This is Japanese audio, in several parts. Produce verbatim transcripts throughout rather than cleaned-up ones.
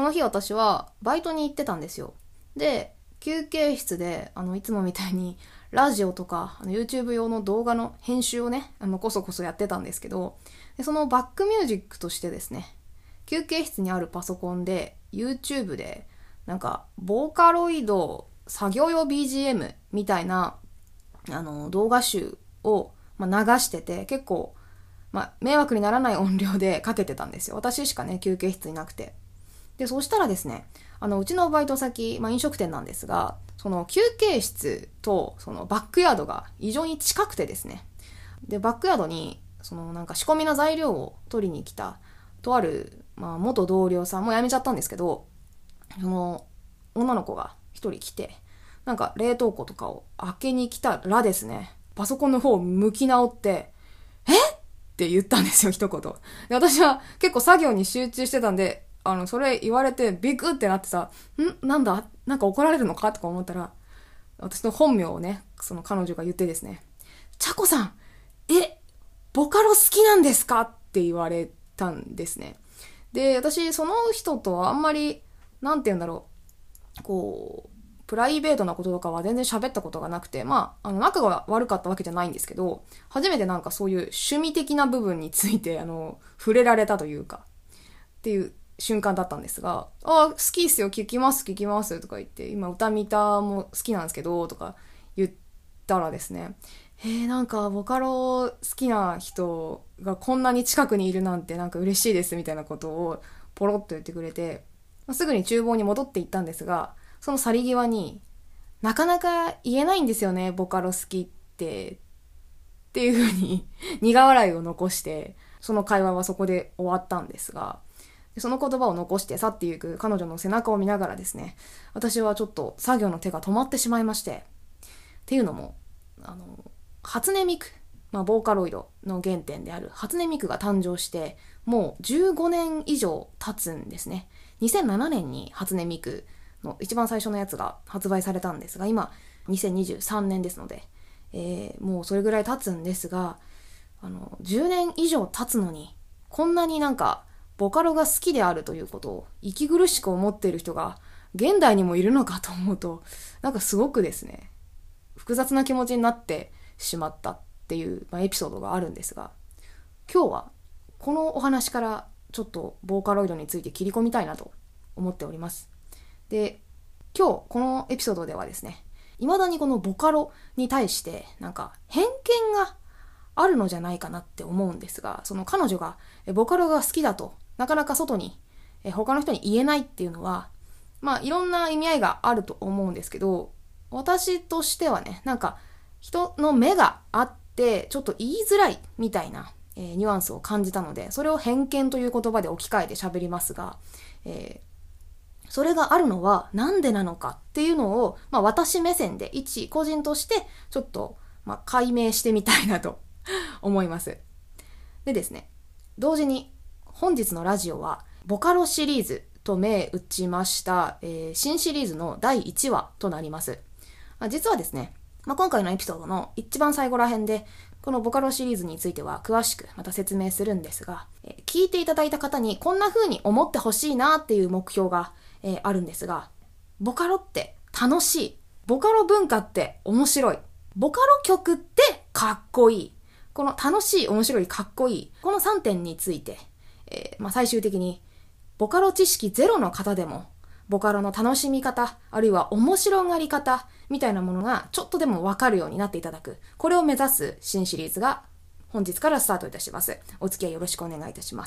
その日私はバイトに行ってたんですよ。で、休憩室で、あの、いつもみたいにラジオとか、あの YouTube 用の動画の編集をね、あの、こそこそやってたんですけど、でそのバックミュージックとしてですね、休憩室にあるパソコンで YouTube でなんかボーカロイド作業用 ビージーエム みたいなあの動画集を、まあ、流してて、結構、まあ、迷惑にならない音量でかけてたんですよ。私しかね休憩室になくて。でそうしたらですね、あのうちのバイト先、まあ、飲食店なんですが、その休憩室とそのバックヤードが異常に近くてですね、でバックヤードにそのなんか仕込みの材料を取りに来たとある、まあ、元同僚さん、もう辞めちゃったんですけど、その女の子が一人来て、なんか冷凍庫とかを開けに来たらですね、パソコンの方を向き直ってえって言ったんですよ、一言。で私は結構作業に集中してたんで、あのそれ言われてビクってなってさ、んなんだなんか怒られるのかとか思ったら、私の本名をね、その彼女が言ってですね、ちゃこさんえボカロ好きなんですかって言われたんですね。で、私その人とはあんまり、なんて言うんだろう、こうプライベートなこととかは全然喋ったことがなくて、まあ、あの仲が悪かったわけじゃないんですけど、初めてなんかそういう趣味的な部分についてあの触れられたというかっていう瞬間だったんですが、あ、好きっすよ、聞きます聞きますとか言って、今歌見たも好きなんですけどとか言ったらですね、えー、なんかボカロ好きな人がこんなに近くにいるなんてなんか嬉しいですみたいなことをポロッと言ってくれて、すぐに厨房に戻って行ったんですが、その去り際に、なかなか言えないんですよね、ボカロ好きってっていう風に苦笑いを残して、その会話はそこで終わったんですが、その言葉を残して去っていく彼女の背中を見ながらですね、私はちょっと作業の手が止まってしまいまして、っていうのも、あの初音ミク、まあ、ボーカロイドの原点である初音ミクが誕生してもうじゅうごねん以上経つんですね。にせんななねんに初音ミクの一番最初のやつが発売されたんですが、今にせんにじゅうさんねんですので、えー、もうそれぐらい経つんですが、あのじゅうねん以上経つのにこんなになんかボカロが好きであるということを息苦しく思っている人が現代にもいるのかと思うと、なんかすごくですね、複雑な気持ちになってしまったっていう、まあ、エピソードがあるんですが、今日はこのお話からちょっとボーカロイドについて切り込みたいなと思っております。で、今日このエピソードではですね、未だにこのボカロに対してなんか偏見があるのじゃないかなって思うんですが、その彼女がボカロが好きだとなかなか外に他の人に言えないっていうのは、まあいろんな意味合いがあると思うんですけど、私としてはね、なんか人の目があってちょっと言いづらいみたいな、えー、ニュアンスを感じたので、それを偏見という言葉で置き換えて喋りますが、えー、それがあるのはなんでなのかっていうのを、まあ、私目線で一個人としてちょっと、まあ、解明してみたいなと思います。でですね、同時に本日のラジオはボカロシリーズと銘打ちました、えー、新シリーズのだいいちわとなります。実はですね、まあ、今回のエピソードの一番最後ら辺でこのボカロシリーズについては詳しくまた説明するんですが、えー、聞いていただいた方にこんな風に思ってほしいなっていう目標が、えー、あるんですが、ボカロって楽しい、ボカロ文化って面白い、ボカロ曲ってかっこいい、この楽しい、面白い、かっこいい、このさんてんについて、えーまあ、最終的にボカロ知識ゼロの方でもボカロの楽しみ方、あるいは面白がり方みたいなものがちょっとでも分かるようになっていただく、これを目指す新シリーズが本日からスタートいたします。お付き合いよろしくお願いいたします。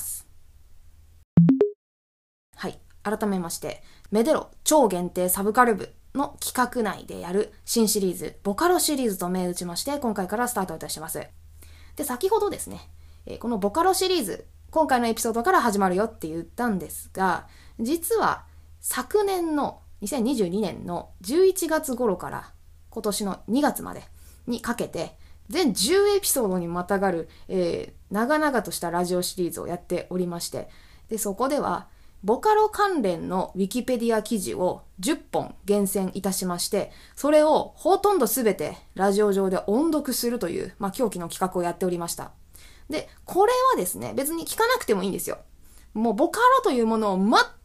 はい、改めましてメデロ超限定サブカル部の企画内でやる新シリーズボカロシリーズと銘打ちまして、今回からスタートいたします。で、先ほどですね、このボカロシリーズ今回のエピソードから始まるよって言ったんですが、実は昨年のにせんにじゅうにねんのじゅういちがつ頃から今年のにがつまでにかけて全じゅうエピソードにまたがる、えー、長々としたラジオシリーズをやっておりまして、でそこではボカロ関連のウィキペディア記事をじゅっぽん厳選いたしまして、それをほとんどすべてラジオ上で音読するという、まあ、狂気の企画をやっておりました。でこれはですね、別に聞かなくてもいいんですよ。もうボカロというものを全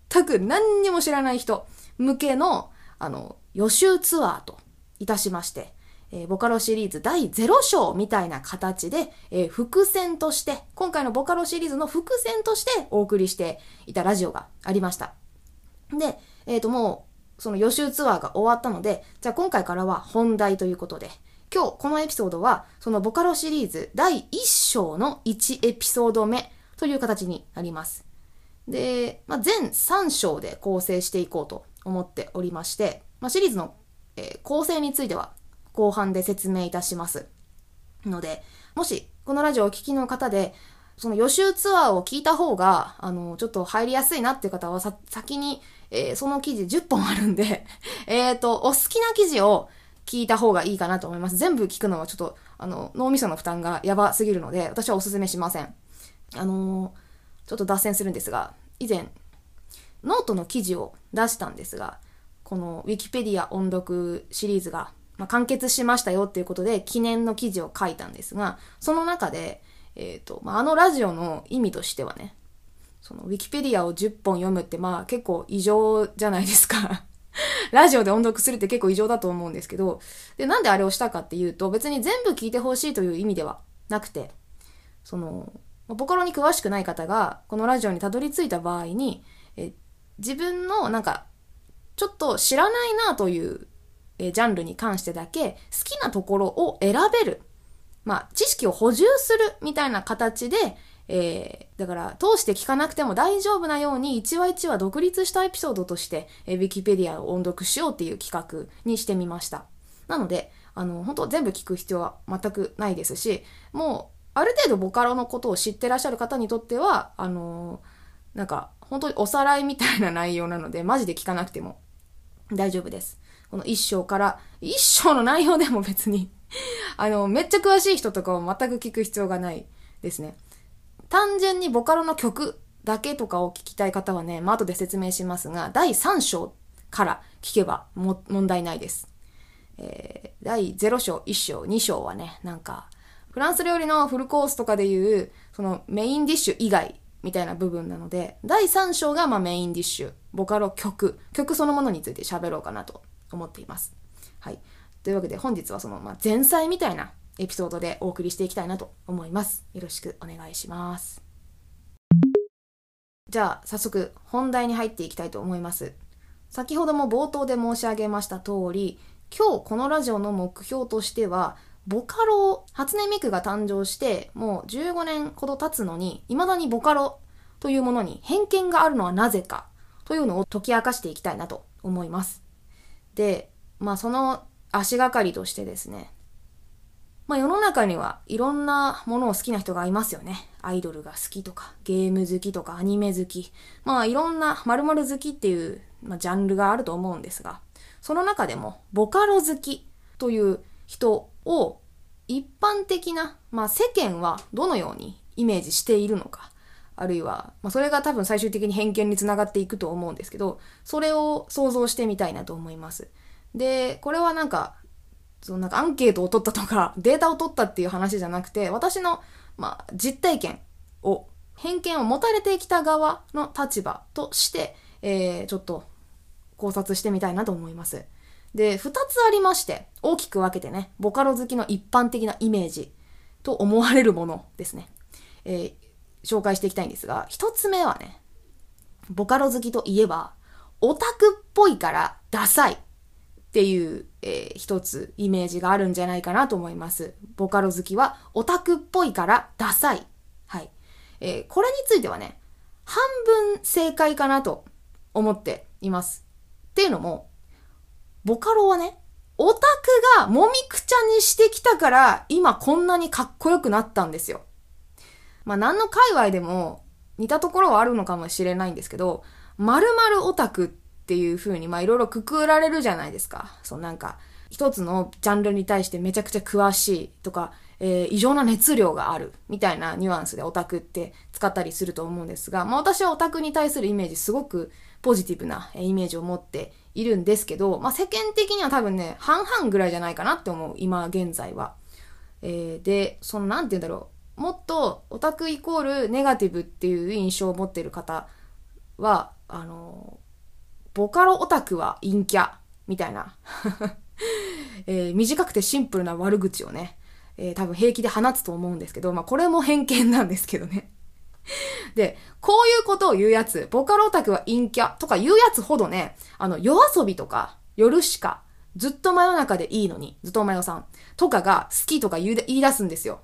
全く何にも知らない人向けの、あの、予習ツアーといたしまして、えー、ボカロシリーズだいゼロ章みたいな形で、えー、伏線として、今回のボカロシリーズの伏線としてお送りしていたラジオがありました。で、えっと、もう、その予習ツアーが終わったので、じゃあ今回からは本題ということで、今日このエピソードは、そのボカロシリーズだいいっ章のいちエピソード目という形になります。で、まあ、全さん章で構成していこうと思っておりまして、まあ、シリーズの、えー、構成については後半で説明いたしますので、もしこのラジオをお聞きの方でその予習ツアーを聞いた方があのちょっと入りやすいなっていう方はさ先に、えー、その記事じゅっぽんあるんでえっとお好きな記事を聞いた方がいいかなと思います。全部聞くのはちょっとあの脳みその負担がやばすぎるので私はおすすめしません。あのー、ちょっと脱線するんですが、以前ノートの記事を出したんですが、このウィキペディア音読シリーズが、まあ、完結しましたよっていうことで記念の記事を書いたんですが、その中で、えーとまあ、あのラジオの意味としてはね、そのウィキペディアをじゅっぽん読むってまあ結構異常じゃないですかラジオで音読するって結構異常だと思うんですけど、でなんであれをしたかっていうと、別に全部聞いてほしいという意味ではなくて、そのボカロに詳しくない方がこのラジオにたどり着いた場合に、え自分のなんかちょっと知らないなというえジャンルに関してだけ好きなところを選べる、まあ知識を補充するみたいな形で、えー、だから通して聞かなくても大丈夫なように一話一話独立したエピソードとして、えー、ウィキペディアを音読しようっていう企画にしてみました。なのであの本当全部聞く必要は全くないですし、もうある程度ボカロのことを知ってらっしゃる方にとってはあのー、なんか本当におさらいみたいな内容なのでマジで聞かなくても大丈夫です。この一章から一章の内容でも別にあのめっちゃ詳しい人とかを全く聞く必要がないですね。単純にボカロの曲だけとかを聞きたい方はね、まあ後で説明しますが、だいさん章から聞けばも問題ないです。えー、だいゼロ章、いっ章、に章はね、なんかフランス料理のフルコースとかでいうそのメインディッシュ以外みたいな部分なので、だいさん章がまあメインディッシュ、ボカロ曲、曲そのものについて喋ろうかなと思っています。はい。というわけで本日はその、まあ、前菜みたいなエピソードでお送りしていきたいなと思います。よろしくお願いします。じゃあ早速本題に入っていきたいと思います。先ほども冒頭で申し上げました通り、今日このラジオの目標としては、ボカロ、初音ミクが誕生してもうじゅうごねんほど経つのに、未だにボカロというものに偏見があるのはなぜかというのを解き明かしていきたいなと思います。で、まあその足がかりとしてですね、まあ世の中にはいろんなものを好きな人がいますよね。アイドルが好きとか、ゲーム好きとか、アニメ好き。まあいろんな〇〇好きっていう、まあ、ジャンルがあると思うんですが、その中でもボカロ好きという人を一般的な、まあ世間はどのようにイメージしているのか、あるいは、まあ、それが多分最終的に偏見につながっていくと思うんですけど、それを想像してみたいなと思います。で、これはなんか、そのなんかアンケートを取ったとか、データを取ったっていう話じゃなくて、私の、まあ、実体験を、偏見を持たれてきた側の立場として、えー、ちょっと考察してみたいなと思います。で、二つありまして、大きく分けてね、ボカロ好きの一般的なイメージと思われるものですね。えー紹介していきたいんですが、一つ目はね、ボカロ好きといえばオタクっぽいからダサいっていう、えー、一つイメージがあるんじゃないかなと思います。ボカロ好きはオタクっぽいからダサい。はい。えー、これについてはね、半分正解かなと思っています。っていうのも、ボカロはね、オタクがもみくちゃにしてきたから今こんなにかっこよくなったんですよ。まあ何の界隈でも似たところはあるのかもしれないんですけど、〇〇オタクっていう風にまあいろいろくくられるじゃないですか。そうなんか一つのジャンルに対してめちゃくちゃ詳しいとか、えー、異常な熱量があるみたいなニュアンスでオタクって使ったりすると思うんですが、まあ私はオタクに対するイメージすごくポジティブなイメージを持っているんですけど、まあ世間的には多分ね半々ぐらいじゃないかなって思う、今現在は。えー、で、そのなんて言うんだろう、もっとオタクイコールネガティブっていう印象を持っている方はあの、ボカロオタクは陰キャ、みたいな、えー、短くてシンプルな悪口をね、えー、多分平気で放つと思うんですけど、まあこれも偏見なんですけどね。で、こういうことを言うやつ、ボカロオタクは陰キャとか言うやつほどね、あの、夜遊びとか、夜しか、ずっと真夜中でいいのに、ずっと真夜さんとかが好きとか言う言い出すんですよ。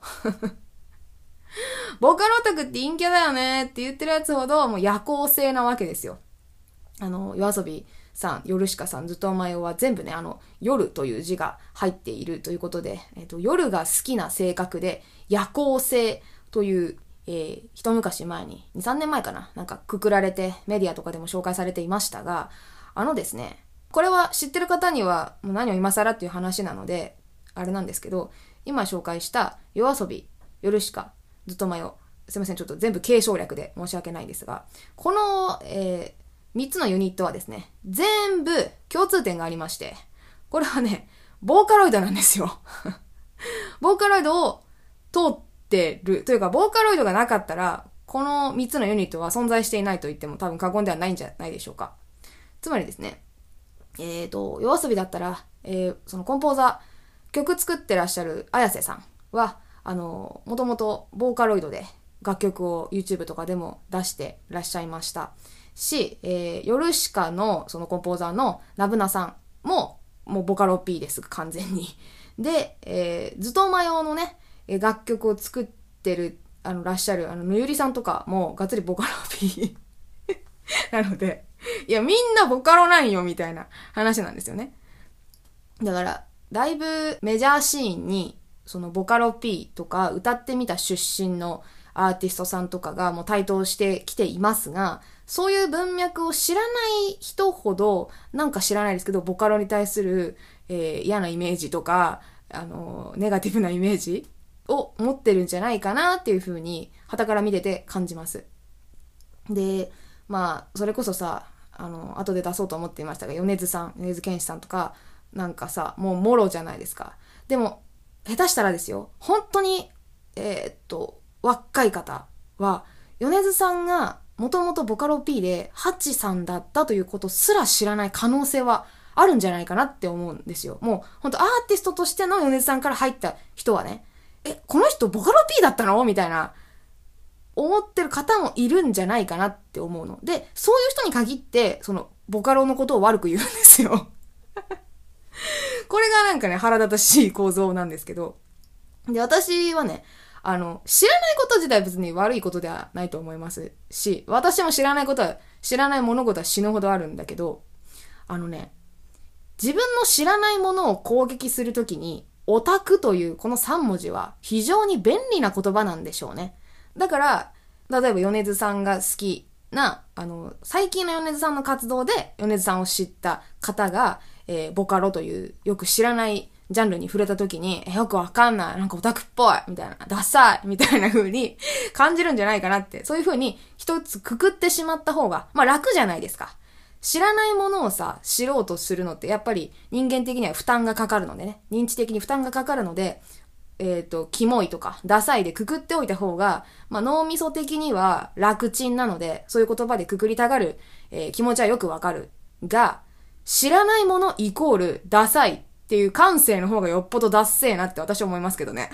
ボカロオタクって陰キャだよねって言ってるやつほどもう夜行性なわけですよ。あの、夜遊びさん、夜しかさん、ずっと前は全部ね、あの、夜という字が入っているということで、えっと、夜が好きな性格で、夜行性という、えー、一昔前に、に、さんねんまえかな、なんかくくられて、メディアとかでも紹介されていましたが、あのですね、これは知ってる方には、もう何を今更っていう話なので、あれなんですけど、今紹介した夜遊び、夜しか、ずっと前を、すいません、ちょっと全部継承略で申し訳ないんですが、この、えー、みっつのユニットはですね、全部共通点がありまして、これはね、ボーカロイドなんですよ。ボーカロイドを通ってる、というか、ボーカロイドがなかったら、このみっつのユニットは存在していないと言っても多分過言ではないんじゃないでしょうか。つまりですね、えーと、夜遊びだったら、えー、そのコンポーザー、曲作ってらっしゃる綾瀬さんは、あの、もともとボーカロイドで楽曲を YouTube とかでも出してらっしゃいましたし、えー、ヨルシカのそのコンポーザーのナブナさんも、もうボカロ P です、完全に。で、えー、ズトマ用のね、楽曲を作ってる、あの、らっしゃる、あの、ぬゆりさんとかもがっつりボカロ P なので、いや、みんなボカロなんよ、みたいな話なんですよね。だから、だいぶメジャーシーンに、そのボカロ P とか歌ってみた出身のアーティストさんとかがもう台頭してきていますが、そういう文脈を知らない人ほど、なんか知らないですけど、ボカロに対する、えー、嫌なイメージとか、あのー、ネガティブなイメージを持ってるんじゃないかなっていうふうに、傍から見てて感じます。で、まあ、それこそさ、あの、後で出そうと思っていましたが、米津さん、米津玄師さんとか、なんかさ、もうもろじゃないですか。でも、下手したらですよ、本当に、えー、っと、若い方は、米津さんがもともとボカロ P でハチさんだったということすら知らない可能性はあるんじゃないかなって思うんですよ。もう、本当アーティストとしての米津さんから入った人はね、え、この人ボカロ P だったのみたいな、思ってる方もいるんじゃないかなって思うの。で、そういう人に限って、その、ボカロのことを悪く言うんですよ。これがなんかね、腹立たしい構造なんですけど。で、私はね、あの、知らないこと自体別に悪いことではないと思いますし、私も知らないことは、知らない物事は死ぬほどあるんだけど、あのね、自分の知らないものを攻撃するときに、オタクというこのさん文字は非常に便利な言葉なんでしょうね。だから、例えば米津さんが好きな、あの、最近の米津さんの活動で米津さんを知った方が、えー、ボカロというよく知らないジャンルに触れた時に、え、よくわかんない、なんかオタクっぽい、みたいな、ダサい、みたいな風に感じるんじゃないかなって、そういう風に一つくくってしまった方が、まあ楽じゃないですか。知らないものをさ、知ろうとするのってやっぱり人間的には負担がかかるのでね、認知的に負担がかかるので、えっと、キモいとか、ダサいでくくっておいた方が、まあ、脳みそ的には楽ちんなので、そういう言葉でくくりたがる、えー、気持ちはよくわかる。が、知らないものイコールダサいっていう感性の方がよっぽどダッセーなって私は思いますけどね。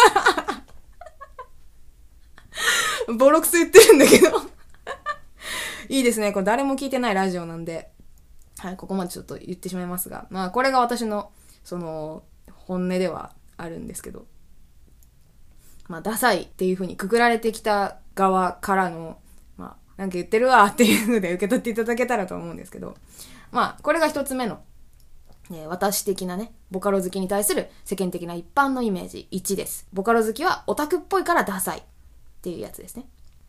ボロクソ言ってるんだけど。いいですね。これ誰も聞いてないラジオなんで、はい、ここまでちょっと言ってしまいますが、まあ、これが私の、その、本音ではあるんですけど。まあ、ダサいっていう風にくくられてきた側からの、まあ、なんか言ってるわっていう風で受け取っていただけたらと思うんですけど、まあ、これが一つ目の、えー、私的なね、ボカロ好きに対する世間的な一般のイメージいちです。ボカロ好きはオタクっぽいからダサいっていうやつですね。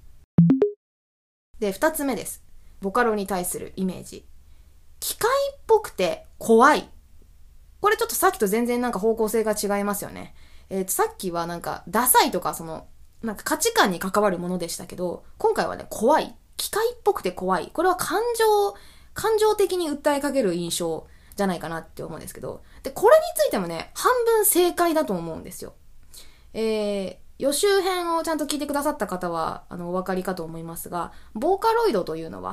で、二つ目です。ボカロに対するイメージ。機械っぽくて怖い。これちょっとさっきと全然なんか方向性が違いますよね。えーと、さっきはなんかダサいとかそのなんか価値観に関わるものでしたけど、今回はね、怖い、機械っぽくて怖い、これは感情感情的に訴えかける印象じゃないかなって思うんですけど、でこれについてもね、半分正解だと思うんですよ。えー、予習編をちゃんと聞いてくださった方はあのお分かりかと思いますが、ボーカロイドというのは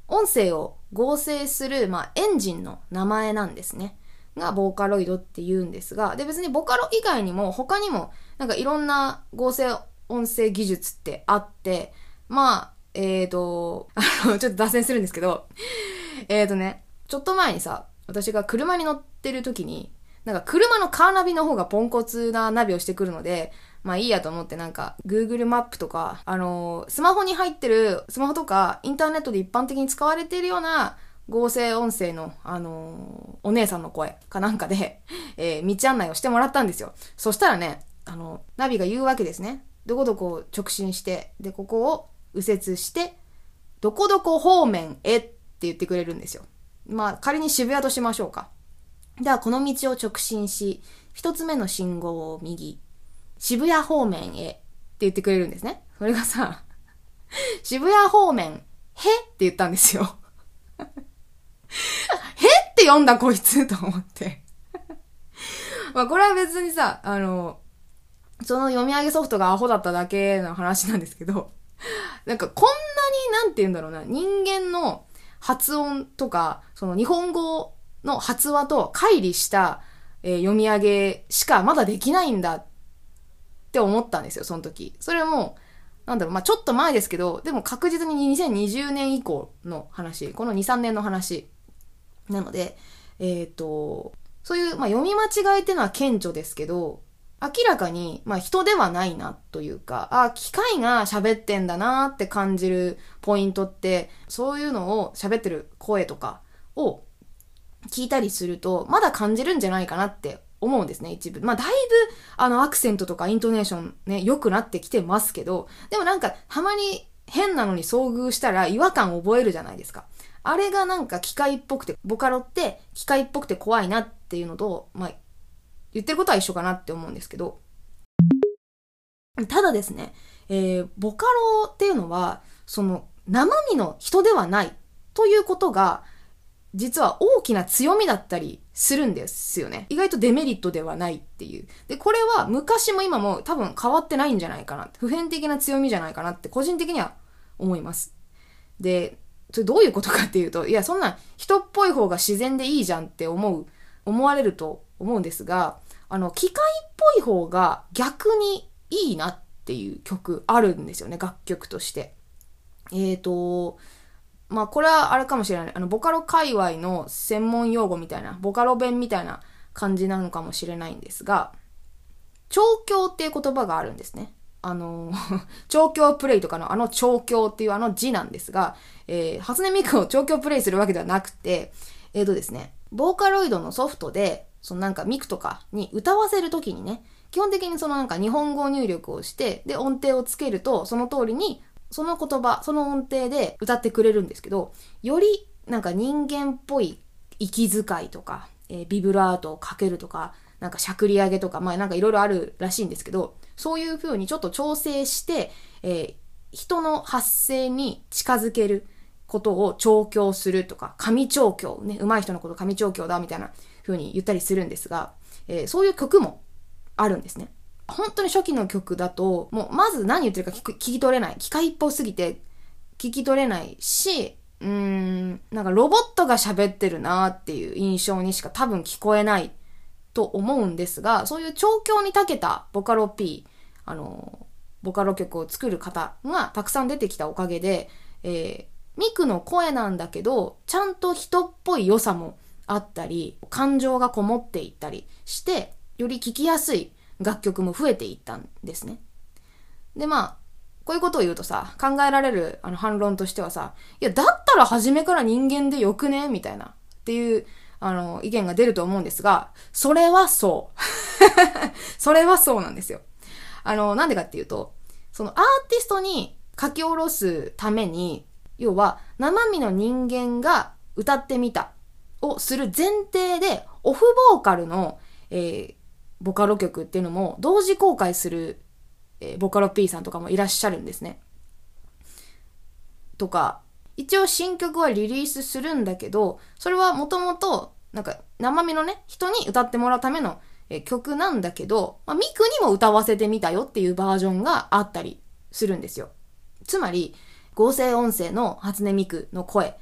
音声を合成する、まあ、エンジンの名前なんですね。が、ボーカロイドって言うんですが、で、別にボカロ以外にも、他にも、なんかいろんな合成音声技術ってあって、まあ、えーと、あの、ちょっと脱線するんですけど、えーとね、ちょっと前にさ、私が車に乗ってる時に、なんか車のカーナビの方がポンコツなナビをしてくるので、まあいいやと思ってなんか Google マップとか、あのー、スマホに入ってる、スマホとかインターネットで一般的に使われているような合成音声の、あのー、お姉さんの声かなんかで、えー、道案内をしてもらったんですよ。そしたらね、あの、ナビが言うわけですね。どこどこを直進して、で、ここを右折して、どこどこ方面へって言ってくれるんですよ。まあ仮に渋谷としましょうか。ではこの道を直進し、一つ目の信号を右、渋谷方面へって言ってくれるんですね。それがさ、渋谷方面、へって言ったんですよ。へって読んだこいつと思って。まあこれは別にさ、あの、その読み上げソフトがアホだっただけの話なんですけど、なんかこんなになんて言うんだろうな、人間の発音とか、その日本語の発話と乖離した、えー、読み上げしかまだできないんだって思ったんですよ、その時。それも、なんだろう、まあちょっと前ですけど、でも確実ににせんにじゅうねん以降の話、このに、さんねんの話。なので、えっと、そういう、まあ読み間違いっていうのは顕著ですけど、明らかに、まあ人ではないなというか、あ、機械が喋ってんだなって感じるポイントって、そういうのを喋ってる声とかを聞いたりすると、まだ感じるんじゃないかなって思うんですね、一部。まあだいぶ、あの、アクセントとかイントネーションね、良くなってきてますけど、でもなんか、たまに変なのに遭遇したら違和感を覚えるじゃないですか。あれがなんか機械っぽくて、ボカロって機械っぽくて怖いなっていうのと、まあ、言ってることは一緒かなって思うんですけど、ただですね、えー、ボカロっていうのは、その生身の人ではないということが、実は大きな強みだったりするんですよね。意外とデメリットではないっていう。で、これは昔も今も多分変わってないんじゃないかな。普遍的な強みじゃないかなって個人的には思います。で、それどういうことかっていうと、いや、そんな人っぽい方が自然でいいじゃんって思う、思われると思うんですが、あの、機械っぽい方が逆にいいなっていう曲あるんですよね、楽曲として。えーと、まあこれはあれかもしれない。あの、ボカロ界隈の専門用語みたいな、ボカロ弁みたいな感じなのかもしれないんですが、調教っていう言葉があるんですね。あの、調教プレイとかのあの調教っていうあの字なんですが、えー、初音ミクを調教プレイするわけではなくて、えーとですね、ボーカロイドのソフトで、そのなんかミクとかに歌わせるときにね、基本的にそのなんか日本語入力をして、で音程をつけると、その通りにその言葉、その音程で歌ってくれるんですけど、よりなんか人間っぽい息遣いとか、えー、ビブラートをかけるとか、なんかしゃくり上げとか、まあなんかいろいろあるらしいんですけど、そういう風にちょっと調整して、えー、人の発声に近づけることを調教するとか、神調教ね、上手い人のこと神調教だみたいな風に言ったりするんですが、えー、そういう曲もあるんですね。本当に初期の曲だと、もうまず何言ってるか聞き取れない。機械っぽすぎて聞き取れないし、うーん、なんかロボットが喋ってるなっていう印象にしか多分聞こえないと思うんですが、そういう調教に長けたボカロ P、あの、ボカロ曲を作る方がたくさん出てきたおかげで、えー、ミクの声なんだけど、ちゃんと人っぽい良さもあったり、感情がこもっていったりして、より聴きやすい楽曲も増えていったんですね。で、まあ、こういうことを言うとさ、考えられるあの反論としてはさ、いや、だったら初めから人間でよくねみたいな、っていう、あの、意見が出ると思うんですが、それはそう。それはそうなんですよ。あの、なんでかっていうと、そのアーティストに書き下ろすために、要は、生身の人間が歌ってみたをする前提で、オフボーカルの、えー、ボカロ曲っていうのも同時公開する、えー、ボカロ P さんとかもいらっしゃるんですね。とか、一応新曲はリリースするんだけど、それはもともと、なんか生身のね、人に歌ってもらうための、えー、曲なんだけど、まあ、ミクにも歌わせてみたよっていうバージョンがあったりするんですよ。つまり、合成音声の初音ミクの声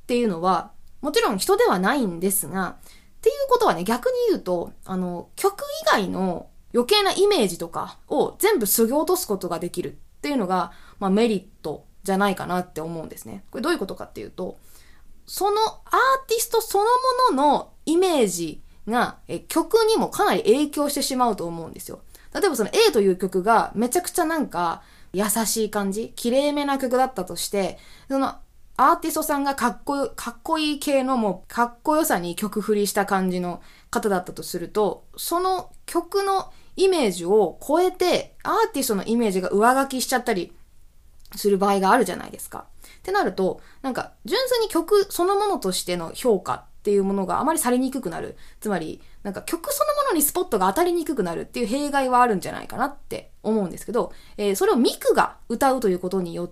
っていうのは、もちろん人ではないんですが、っていうことはね、逆に言うと、あの、曲以外の余計なイメージとかを全部削ぎ落とすことができるっていうのが、まあメリットじゃないかなって思うんですね。これどういうことかっていうと、そのアーティストそのもののイメージがえ曲にもかなり影響してしまうと思うんですよ。例えばその A という曲がめちゃくちゃなんか優しい感じ、綺麗めな曲だったとして、そのアーティストさんがかっこよ、かっこいい系のもうかっこよさに曲振りした感じの方だったとすると、その曲のイメージを超えてアーティストのイメージが上書きしちゃったりする場合があるじゃないですか。ってなると、なんか純粋に曲そのものとしての評価っていうものがあまりされにくくなる。つまり、なんか曲そのものにスポットが当たりにくくなるっていう弊害はあるんじゃないかなって思うんですけど、えー、それをミクが歌うということによって、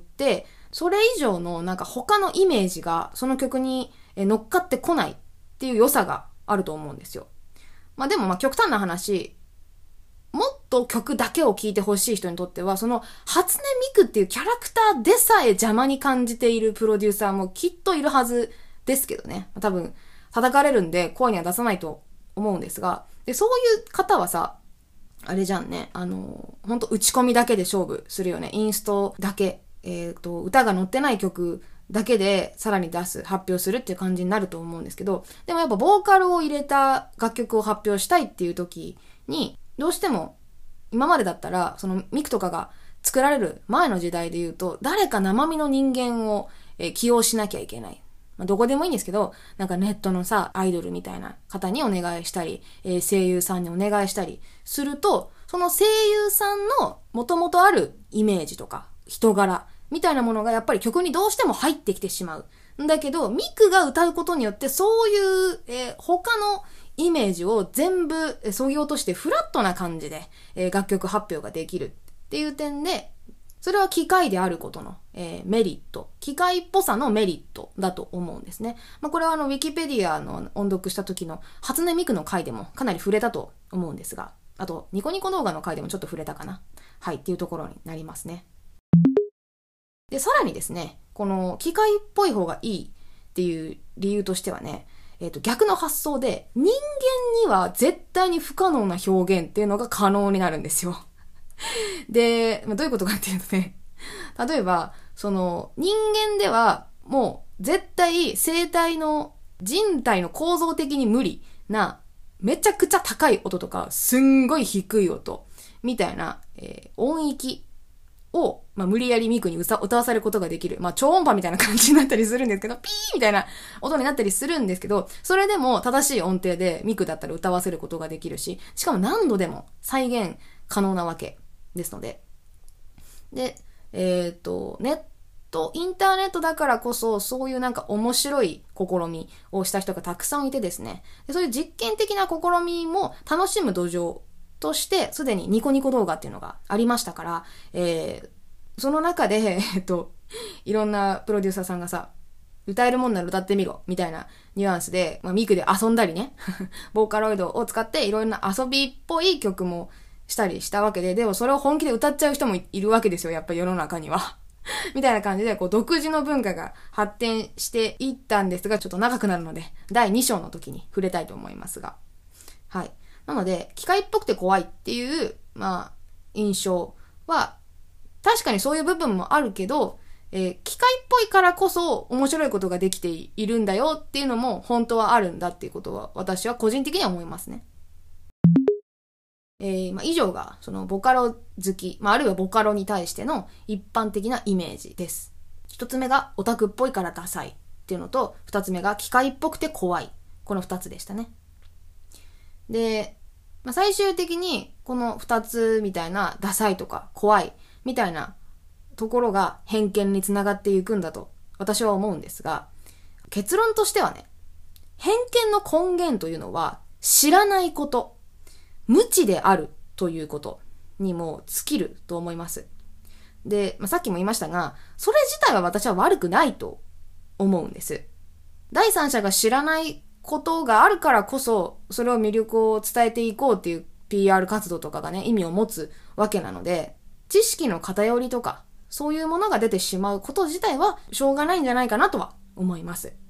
それ以上のなんか他のイメージがその曲に乗っかってこないっていう良さがあると思うんですよ。まあでもまあ極端な話、もっと曲だけを聴いてほしい人にとっては、その初音ミクっていうキャラクターでさえ邪魔に感じているプロデューサーもきっといるはずですけどね。多分叩かれるんで声には出さないと思うんですが、でそういう方はさ、あれじゃんね、あのほんと打ち込みだけで勝負するよね。インストだけ、えっと歌が載ってない曲だけでさらに出す、発表するっていう感じになると思うんですけど、でもやっぱボーカルを入れた楽曲を発表したいっていう時に、どうしても今までだったらそのミクとかが作られる前の時代で言うと、誰か生身の人間を、えー、起用しなきゃいけない。まあ、どこでもいいんですけど、なんかネットのさ、アイドルみたいな方にお願いしたり、えー、声優さんにお願いしたりすると、その声優さんの元々あるイメージとか人柄みたいなものがやっぱり曲にどうしても入ってきてしまう。んだけど、ミクが歌うことによってそういう、えー、他のイメージを全部削ぎ落としてフラットな感じで、えー、楽曲発表ができるっていう点で、それは機械であることの、えー、メリット、機械っぽさのメリットだと思うんですね。まあ、これはあのウィキペディアの音読した時の初音ミクの回でもかなり触れたと思うんですが、あとニコニコ動画の回でもちょっと触れたかな。はい、っていうところになりますね。で、さらにですね、この機械っぽい方がいいっていう理由としてはね、えっと、逆の発想で、人間には絶対に不可能な表現っていうのが可能になるんですよ。で、どういうことかっていうとね、例えば、その、人間ではもう絶対生体の、人体の構造的に無理な、めちゃくちゃ高い音とか、すんごい低い音、みたいな、えー、音域を、まあ、無理やりミクに歌わされることができる。まあ、超音波みたいな感じになったりするんですけど、ピーみたいな音になったりするんですけど、それでも正しい音程でミクだったら歌わせることができるし、しかも何度でも再現可能なわけですので。で、えっと、ネット、インターネットだからこそ、そういうなんか面白い試みをした人がたくさんいてですね、でそういう実験的な試みも楽しむ土壌として、すでにニコニコ動画っていうのがありましたから、えー、その中で、えっと、いろんなプロデューサーさんがさ、歌えるもんなら歌ってみろ、みたいなニュアンスで、まあ、ミクで遊んだりね、ボーカロイドを使っていろんな遊びっぽい曲もしたりしたわけで、でもそれを本気で歌っちゃう人もいるわけですよ、やっぱり世の中には。みたいな感じで、こう、独自の文化が発展していったんですが、ちょっと長くなるので、だいに章の時に触れたいと思いますが。はい。なので、機械っぽくて怖いっていう、まあ、印象は、確かにそういう部分もあるけど、えー、機械っぽいからこそ面白いことができているんだよっていうのも本当はあるんだっていうことは、私は個人的には思いますね。えー、まあ、以上が、そのボカロ好き、まあ、あるいはボカロに対しての一般的なイメージです。一つ目がオタクっぽいからダサいっていうのと、二つ目が機械っぽくて怖い。この二つでしたね。で、まあ、最終的にこの二つみたいなダサいとか怖いみたいなところが偏見につながっていくんだと私は思うんですが、結論としてはね、偏見の根源というのは知らないこと、無知であるということにも尽きると思います。で、まあ、さっきも言いましたが、それ自体は私は悪くないと思うんです。第三者が知らないことがあるからこそ、それを魅力を伝えていこうっていう ピーアール 活動とかがね、意味を持つわけなので、知識の偏りとか、そういうものが出てしまうこと自体はしょうがないんじゃないかなとは思います。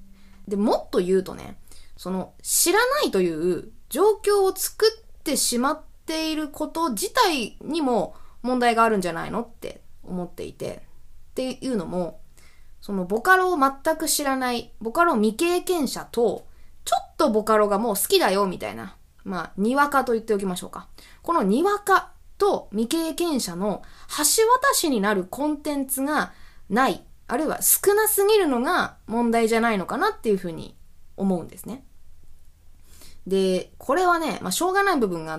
で、もっと言うとね、その知らないという状況を作ってしまっていること自体にも問題があるんじゃないのって思っていて、っていうのも、そのボカロを全く知らない、ボカロ未経験者と、ちょっとボカロがもう好きだよみたいな、まあ、にわかと言っておきましょうか。このにわかと未経験者の橋渡しになるコンテンツがない、あるいは少なすぎるのが問題じゃないのかなっていうふうに思うんですね。で、これはね、まあ、しょうがない部分があって、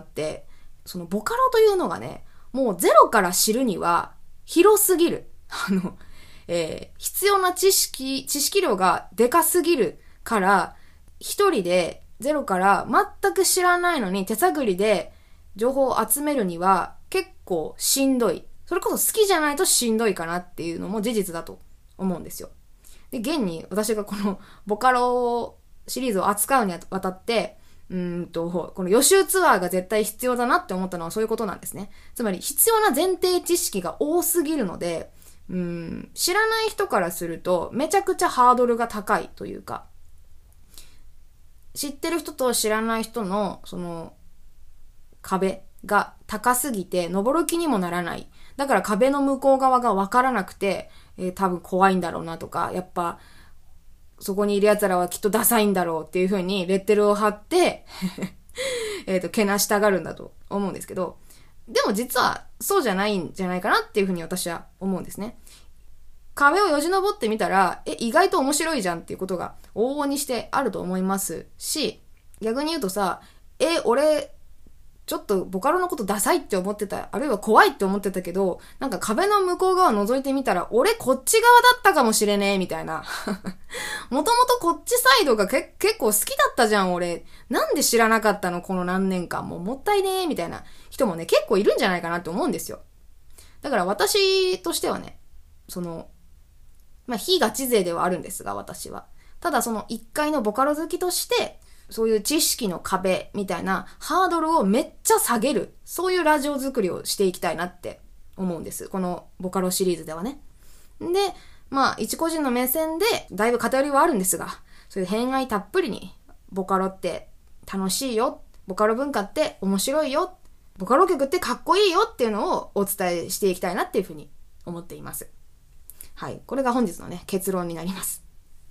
そのボカロというのがね、もうゼロから知るには広すぎる。あの、えー、必要な知識、知識量がでかすぎるから、一人でゼロから全く知らないのに手探りで情報を集めるには結構しんどい。それこそ好きじゃないとしんどいかなっていうのも事実だと思うんですよ。で、現に私がこのボカロシリーズを扱うにあたって、うーんと、この予習ツアーが絶対必要だなって思ったのはそういうことなんですね。つまり必要な前提知識が多すぎるので、うーん、知らない人からするとめちゃくちゃハードルが高いというか、知ってる人と知らない人のその壁が高すぎて登る気にもならない。だから壁の向こう側がわからなくて、えー、多分怖いんだろうなとか、やっぱそこにいる奴らはきっとダサいんだろうっていう風にレッテルを貼ってえっと、けなしたがるんだと思うんですけど、でも実はそうじゃないんじゃないかなっていう風に私は思うんですね。壁をよじ登ってみたら、え、意外と面白いじゃんっていうことが往々にしてあると思いますし、逆に言うとさ、え、俺、ちょっとボカロのことダサいって思ってた、あるいは怖いって思ってたけど、なんか壁の向こう側覗いてみたら、俺こっち側だったかもしれねえ、みたいな。もともとこっちサイドがけ結構好きだったじゃん、俺。なんで知らなかったのこの何年間も。もったいねえ、みたいな人もね、結構いるんじゃないかなって思うんですよ。だから私としてはね、その、まあ、非ガチ勢ではあるんですが、私は。ただその一回のボカロ好きとして、そういう知識の壁みたいなハードルをめっちゃ下げる、そういうラジオ作りをしていきたいなって思うんです。このボカロシリーズではね。で、まあ、一個人の目線でだいぶ偏りはあるんですが、そういう偏愛たっぷりに、ボカロって楽しいよ、ボカロ文化って面白いよ、ボカロ曲ってかっこいいよっていうのをお伝えしていきたいなっていうふうに思っています。はい。これが本日のね、結論になります。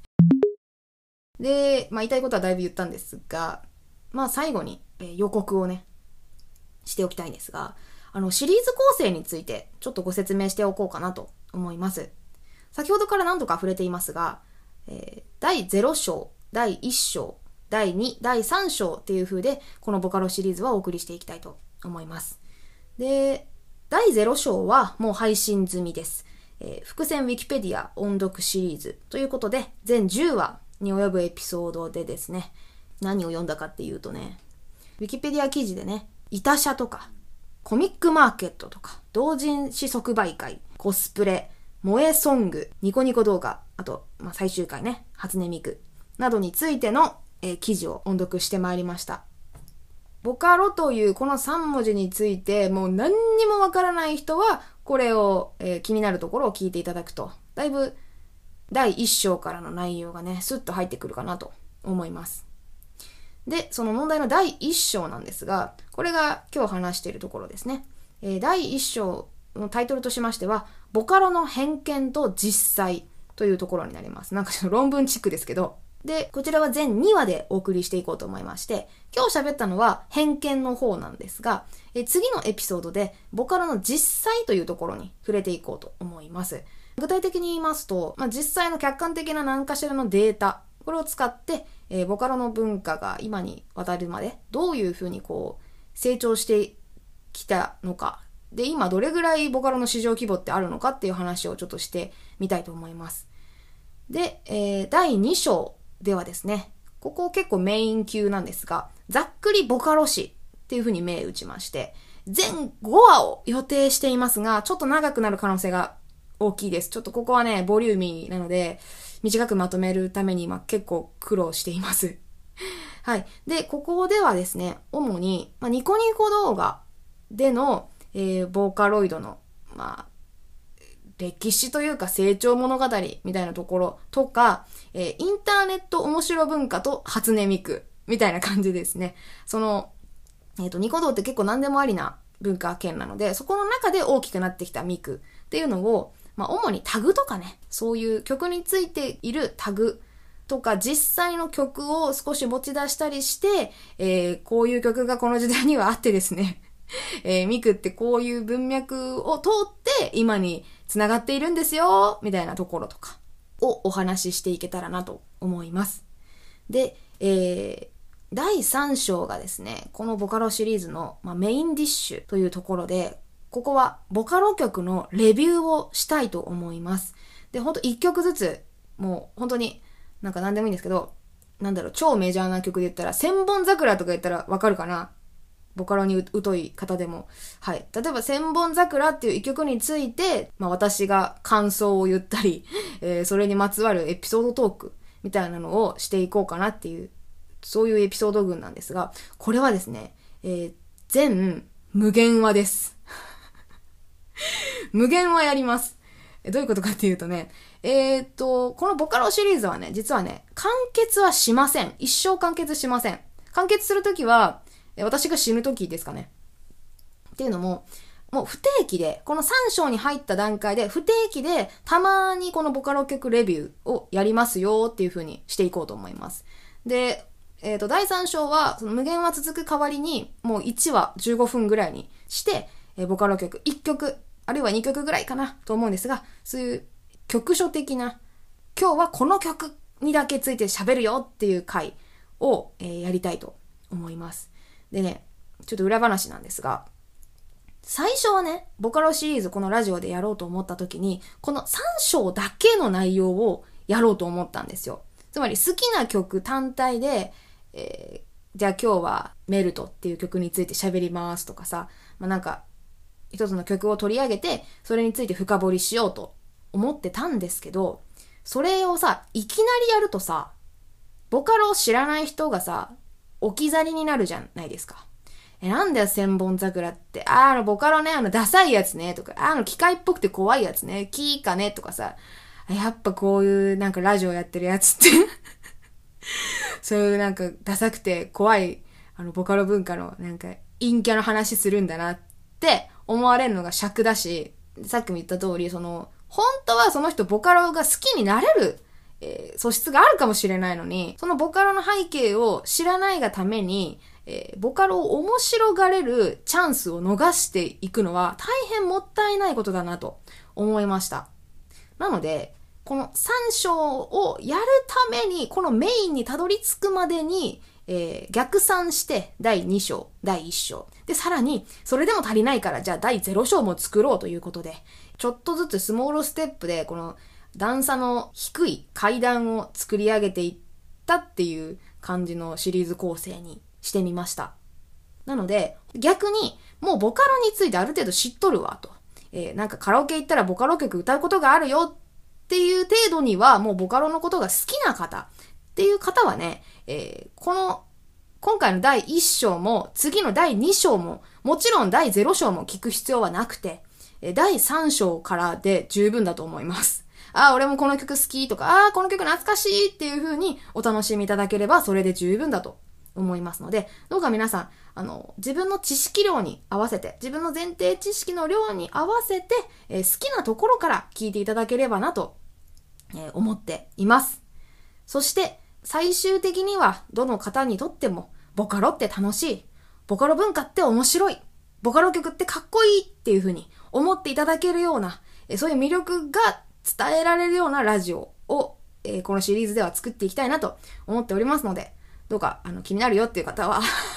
で、まあ言いたいことはだいぶ言ったんですが、まあ最後に、えー、予告をね、しておきたいんですが、あの、シリーズ構成についてちょっとご説明しておこうかなと思います。先ほどから何度か触れていますが、えー、だいゼロ章、だいいっ章、だいに、だいさん章っていう風で、このボカロシリーズはお送りしていきたいと思います。で、だいゼロ章はもう配信済みです。えー、伏線ウィキペディア音読シリーズということで、全じゅうわに及ぶエピソードでですね、何を読んだかっていうとね、ウィキペディア記事でね、イタシャとか、コミックマーケットとか、同人誌即売会、コスプレ、萌えソング、ニコニコ動画、あと、まあ、最終回ね、初音ミクなどについての、えー、記事を音読してまいりました。ボカロというこのさん文字についてもう何にもわからない人はこれを、えー、気になるところを聞いていただくとだいぶだいいっ章からの内容がねスッと入ってくるかなと思います。で、その問題のだいいっ章なんですが、これが今日話しているところですね。えー、だいいっ章のタイトルとしましてはボカロの偏見と実際というところになります。なんかちょっと論文チックですけど、で、こちらは全にわでお送りしていこうと思いまして、今日喋ったのは偏見の方なんですが、え次のエピソードでボカロの実際というところに触れていこうと思います。具体的に言いますと、まあ、実際の客観的な何かしらのデータ、これを使って、えー、ボカロの文化が今に渡るまでどういうふうにこう成長してきたのか、で、今どれぐらいボカロの市場規模ってあるのかっていう話をちょっとしてみたいと思います。で、えー、だいに章ではですね、ここ結構メイン級なんですが、ざっくりボカロ史っていう風に銘打ちまして、全ごわを予定していますが、ちょっと長くなる可能性が大きいです。ちょっとここはね、ボリューミーなので、短くまとめるために今結構苦労しています。はい。で、ここではですね、主に、まあ、ニコニコ動画での、えー、ボーカロイドの、まあ、 歴史というか成長物語みたいなところとか、えー、インターネット面白文化と初音ミクみたいな感じですね。その、えっと、ニコ動って結構何でもありな文化圏なので、そこの中で大きくなってきたミクっていうのを、まあ、主にタグとかね、そういう曲についているタグとか、実際の曲を少し持ち出したりして、えー、こういう曲がこの時代にはあってですね、えー、ミクってこういう文脈を通って今に繋がっているんですよ、みたいなところとかをお話ししていけたらなと思います。で、えーだいさん章がですね、このボカロシリーズの、まあ、メインディッシュというところで、ここはボカロ曲のレビューをしたいと思います。で、ほんといっきょくずつ、もう本当になんか何でもいいんですけど、なんだろう、超メジャーな曲で言ったら、千本桜とか言ったらわかるかな？ボカロに疎い方でも。はい。例えば千本桜っていういっきょくについて、まあ私が感想を言ったり、えー、それにまつわるエピソードトークみたいなのをしていこうかなっていう、そういうエピソード群なんですが、これはですね、えー、全無限話です。無限話やります。どういうことかっていうとね、えーっと、このボカロシリーズはね、実はね、完結はしません。一生完結しません。完結するときは、私が死ぬときですかね。っていうのも、もう不定期で、このさん章に入った段階で、不定期で、たまにこのボカロ曲レビューをやりますよっていう風にしていこうと思います。で、えっと、だいさん章は、その無限は続く代わりに、もういちわじゅうごふんぐらいにして、えー、ボカロ曲いっきょく、あるいはにきょくぐらいかなと思うんですが、そういう局所的な、今日はこの曲にだけついて喋るよっていう回を、えー、やりたいと思います。でね、ちょっと裏話なんですが、最初はね、ボカロシリーズこのラジオでやろうと思った時に、このさん章だけの内容をやろうと思ったんですよ。つまり好きな曲単体で、えー、じゃあ今日はメルトっていう曲について喋りますとかさ、まあ、なんか一つの曲を取り上げてそれについて深掘りしようと思ってたんですけど、それをさいきなりやるとさ、ボカロを知らない人がさ置き去りになるじゃないですか。え、なんだよ千本桜って、あーあのボカロね、あのダサいやつねとか、あの機械っぽくて怖いやつね、キーかねとかさ、やっぱこういうなんかラジオやってるやつってそういうなんかダサくて怖いあのボカロ文化のなんか陰キャの話するんだなって思われるのが尺だし、さっきも言った通り、その本当はその人ボカロが好きになれる、えー、素質があるかもしれないのに、そのボカロの背景を知らないがために、えー、ボカロを面白がれるチャンスを逃していくのは大変もったいないことだなと思いました。なのでこのさん章をやるために、このメインにたどり着くまでに、えー、逆算してだいに章、だいいち章。で、さらに、それでも足りないから、じゃあだいゼロ章も作ろうということで、ちょっとずつスモールステップで、この段差の低い階段を作り上げていったっていう感じのシリーズ構成にしてみました。なので、逆に、もうボカロについてある程度知っとるわと。えー、なんかカラオケ行ったらボカロ曲歌うことがあるよっていう程度にはもうボカロのことが好きな方っていう方はね、えー、この今回のだいいち章も次のだいに章ももちろんだいゼロ章も聞く必要はなくて、だいさん章からで十分だと思います。ああ、俺もこの曲好きとか、ああ、この曲懐かしいっていう風にお楽しみいただければそれで十分だと思いますので、どうか皆さん、あの、自分の知識量に合わせて、自分の前提知識の量に合わせて、えー、好きなところから聞いていただければなと、えー、思っています。そして、最終的には、どの方にとっても、ボカロって楽しい。ボカロ文化って面白い。ボカロ曲ってかっこいいっていう風に思っていただけるような、えー、そういう魅力が伝えられるようなラジオを、えー、このシリーズでは作っていきたいなと思っておりますので、どうかあの気になるよっていう方は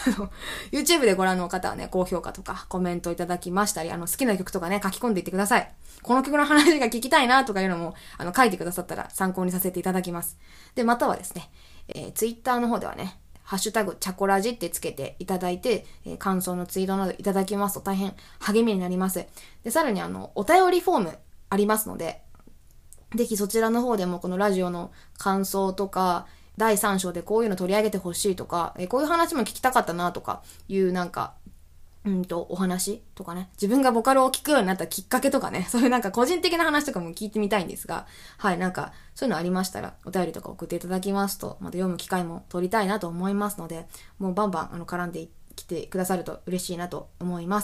YouTube でご覧の方はね、高評価とかコメントいただきましたり、あの好きな曲とかね書き込んでいってください。この曲の話が聞きたいなとかいうのもあの書いてくださったら参考にさせていただきます。で、またはですね、えー、Twitter の方ではね、ハッシュタグチャコラジってつけていただいて、えー、感想のツイートなどいただきますと大変励みになります。で、さらにあのお便りフォームありますので、ぜひそちらの方でもこのラジオの感想とか、だいさん章でこういうの取り上げてほしいとか、えこういう話も聞きたかったなとかいうなんか、 うんと、お話とかね、自分がボカロを聴くようになったきっかけとかね、そういうなんか個人的な話とかも聞いてみたいんですが、はい、なんか、そういうのありましたら、お便りとか送っていただきますと、また読む機会も取りたいなと思いますので、もうバンバン、あの、絡んできてくださると嬉しいなと思います。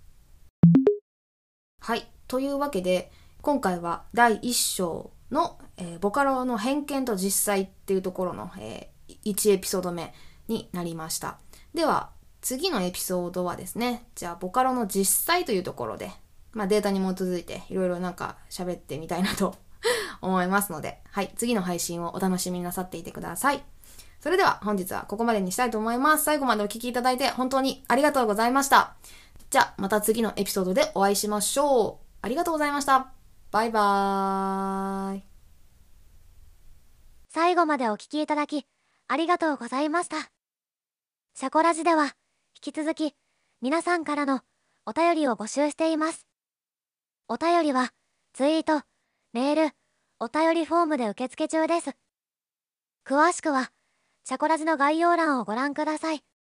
はい、というわけで、今回はだいいっ章の、えーボカロの偏見と実際っていうところの、えーいちエピソード目になりました。では、次のエピソードはですね、じゃあボカロの実際というところで、まあデータに基づいていろいろなんか喋ってみたいなと思いますので、はい、次の配信をお楽しみになさっていてください。それでは本日はここまでにしたいと思います。最後までお聞きいただいて本当にありがとうございました。じゃあまた次のエピソードでお会いしましょう。ありがとうございました。バイバーイ。 最後までお聞きいただきありがとうございました。シャコラジでは引き続き皆さんからのお便りを募集しています。お便りはツイート、メール、お便りフォームで受付中です。詳しくはシャコラジの概要欄をご覧ください。